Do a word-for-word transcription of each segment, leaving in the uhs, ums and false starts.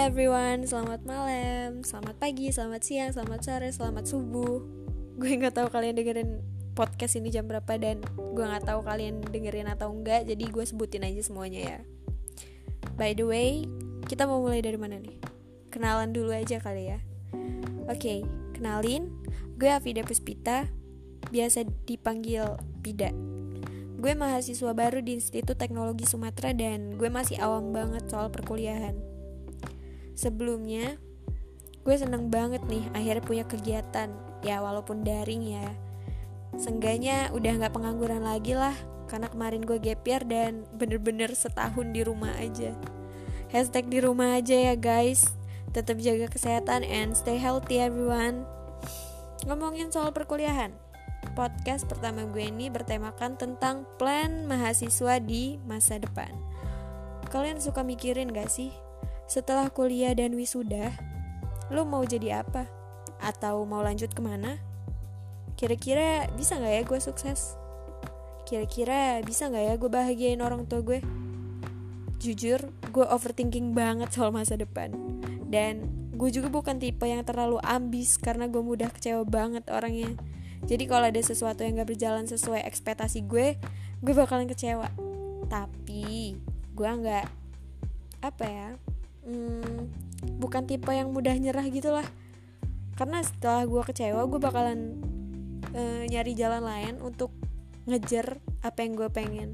everyone, selamat malam, selamat pagi, selamat siang, selamat sore, selamat subuh. Gue gak tahu kalian dengerin podcast ini jam berapa dan gue gak tahu kalian dengerin atau enggak, jadi gue sebutin aja semuanya ya. By the way, kita mau mulai dari mana nih? Kenalan dulu aja kali ya. Oke, okay, kenalin, gue Afida Puspita, biasa dipanggil Pida. Gue mahasiswa baru di Institut Teknologi Sumatera dan gue masih awam banget soal perkuliahan. Sebelumnya, gue seneng banget nih akhirnya punya kegiatan, ya walaupun daring ya. Seenggaknya udah gak pengangguran lagi lah, karena kemarin gue gap year dan bener-bener setahun di rumah aja. Hashtag di rumah aja ya guys. Tetap jaga kesehatan and stay healthy everyone. Ngomongin soal perkuliahan, podcast pertama gue ini bertemakan tentang plan mahasiswa di masa depan. Kalian suka mikirin gak sih? Setelah kuliah dan wisuda, lo mau jadi apa? Atau mau lanjut kemana? Kira-kira bisa gak ya gue sukses? Kira-kira bisa gak ya gue bahagiain orang tua gue? Jujur, gue overthinking banget soal masa depan. Dan gue juga bukan tipe yang terlalu ambis karena gue mudah kecewa banget orangnya. Jadi kalau ada sesuatu yang gak berjalan sesuai ekspektasi gue, gue bakalan kecewa. Tapi gue gak, apa ya, hmm, bukan tipe yang mudah nyerah gitu lah. Karena setelah gue kecewa, gue bakalan e, nyari jalan lain untuk ngejar apa yang gue pengen.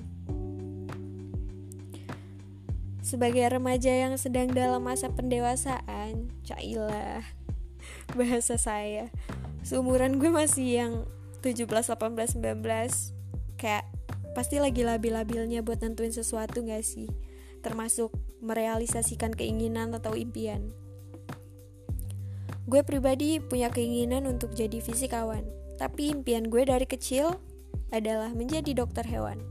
Sebagai remaja yang sedang dalam masa pendewasaan, cailah bahasa saya, seumuran gue masih yang tujuh belas, delapan belas, sembilan belas. Kayak pasti lagi labil-labilnya buat nentuin sesuatu gak sih? Termasuk merealisasikan keinginan atau impian. Gue pribadi punya keinginan untuk jadi fisikawan, tapi impian gue dari kecil adalah menjadi dokter hewan.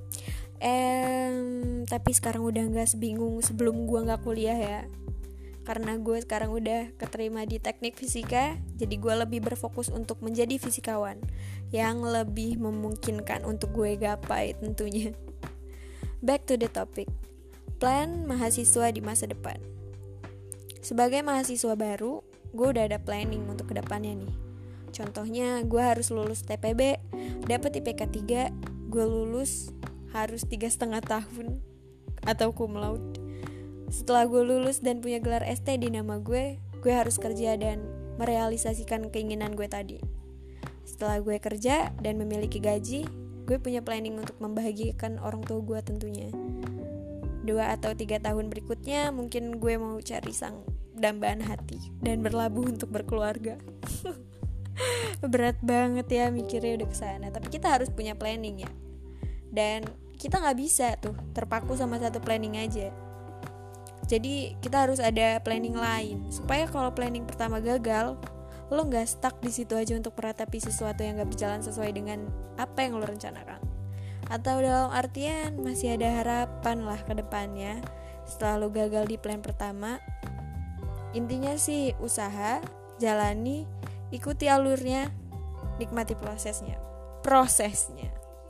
Ehm, tapi sekarang udah gak sebingung sebelum gue gak kuliah ya. Karena gue sekarang udah keterima di teknik fisika, jadi gue lebih berfokus untuk menjadi fisikawan yang lebih memungkinkan untuk gue gapai tentunya. Back to the topic, plan mahasiswa di masa depan. Sebagai mahasiswa baru, gue udah ada planning untuk kedepannya nih. Contohnya, gue harus lulus T P B, dapet I P K tiga, gue lulus harus tiga setengah tahun atau cum laude. Setelah gue lulus dan punya gelar S T di nama gue, gue harus kerja dan merealisasikan keinginan gue tadi. Setelah gue kerja dan memiliki gaji, gue punya planning untuk membahagiakan orang tua gue tentunya. Dua atau tiga tahun berikutnya mungkin gue mau cari sang dambaan hati dan berlabuh untuk berkeluarga. Berat banget ya mikirnya udah kesana. Tapi kita harus punya planning ya. Dan kita gak bisa tuh terpaku sama satu planning aja. Jadi kita harus ada planning lain, supaya kalau planning pertama gagal, lo gak stuck di situ aja untuk meratapi sesuatu yang gak berjalan sesuai dengan apa yang lo rencanakan. Atau dalam artian masih ada harapan lah ke depannya setelah lo gagal di plan pertama. Intinya sih usaha, jalani, ikuti alurnya, nikmati prosesnya. Prosesnya.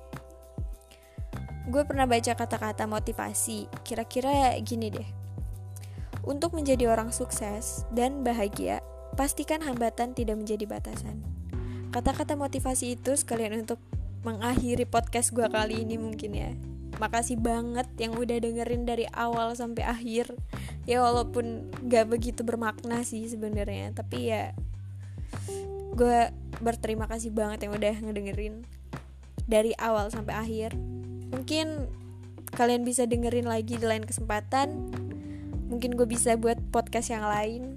Gue pernah baca kata-kata motivasi, kira-kira gini deh. Untuk menjadi orang sukses dan bahagia, pastikan hambatan tidak menjadi batasan. Kata-kata motivasi itu sekalian untuk mengakhiri podcast gue kali ini mungkin ya. Makasih banget yang udah dengerin dari awal sampai akhir. Ya walaupun gak begitu bermakna sih sebenarnya, tapi ya gue berterima kasih banget yang udah ngedengerin dari awal sampai akhir. Mungkin kalian bisa dengerin lagi di lain kesempatan. Mungkin gue bisa buat podcast yang lain.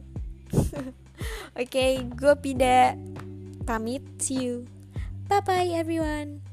Oke, okay, gue Pida pamit. See you. Bye bye everyone.